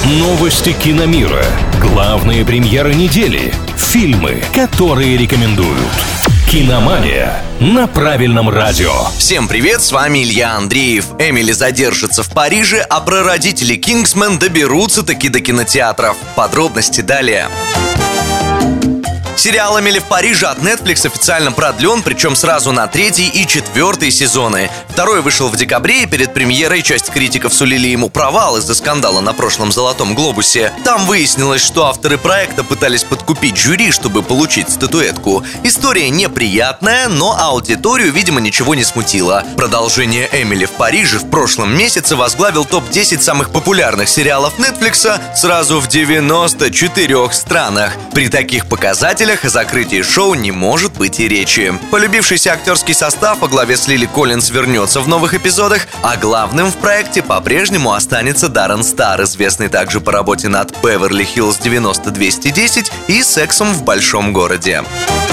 Новости киномира, главные премьеры недели, фильмы, которые рекомендуют. Киномания на правильном радио. Всем привет, с вами Илья Андреев. Эмили задержится в Париже, а прародители Кингсмен доберутся таки до кинотеатров. Подробности далее. Сериал «Эмили в Париже» от Netflix официально продлен, причем сразу на 3-й и 4-й сезоны. Второй вышел в декабре, и перед премьерой часть критиков сулили ему провал из-за скандала на прошлом «Золотом глобусе». Там выяснилось, что авторы проекта пытались подкупить жюри, чтобы получить статуэтку. История неприятная, но аудиторию, видимо, ничего не смутило. Продолжение «Эмили в Париже» в прошлом месяце возглавил топ-10 самых популярных сериалов Netflix сразу в 94 странах. При таких показателях о закрытии шоу не может быть и речи. Полюбившийся актерский состав во главе с Лили Коллинз вернется в новых эпизодах, а главным в проекте по-прежнему останется Даррен Стар, известный также по работе над «Беверли-Хиллз 90210» и «Сексом в большом городе».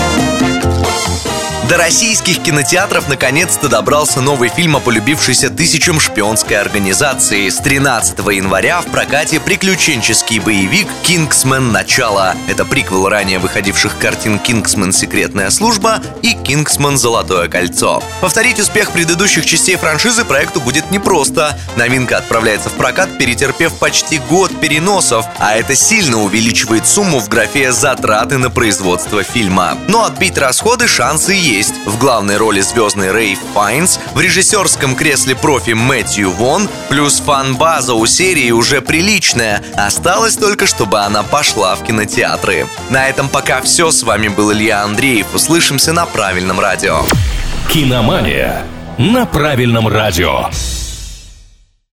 До российских кинотеатров наконец-то добрался новый фильм о полюбившейся тысячам шпионской организации. С 13 января в прокате приключенческий боевик «Кингсмен. Начало». Это приквел ранее выходивших картин «Кингсмен. Секретная служба» и «Кингсмен. Золотое кольцо». Повторить успех предыдущих частей франшизы проекту будет непросто. Новинка отправляется в прокат, перетерпев почти год переносов, а это сильно увеличивает сумму в графе «Затраты на производство фильма». Но отбить расходы шансы есть. В главной роли звездный Рэйф Файнс, в режиссерском кресле профи Мэтью Вон, плюс фан-база у серии уже приличная. Осталось только, чтобы она пошла в кинотеатры. На этом пока все. С вами был Илья Андреев. Услышимся на правильном радио. Киномания на правильном радио.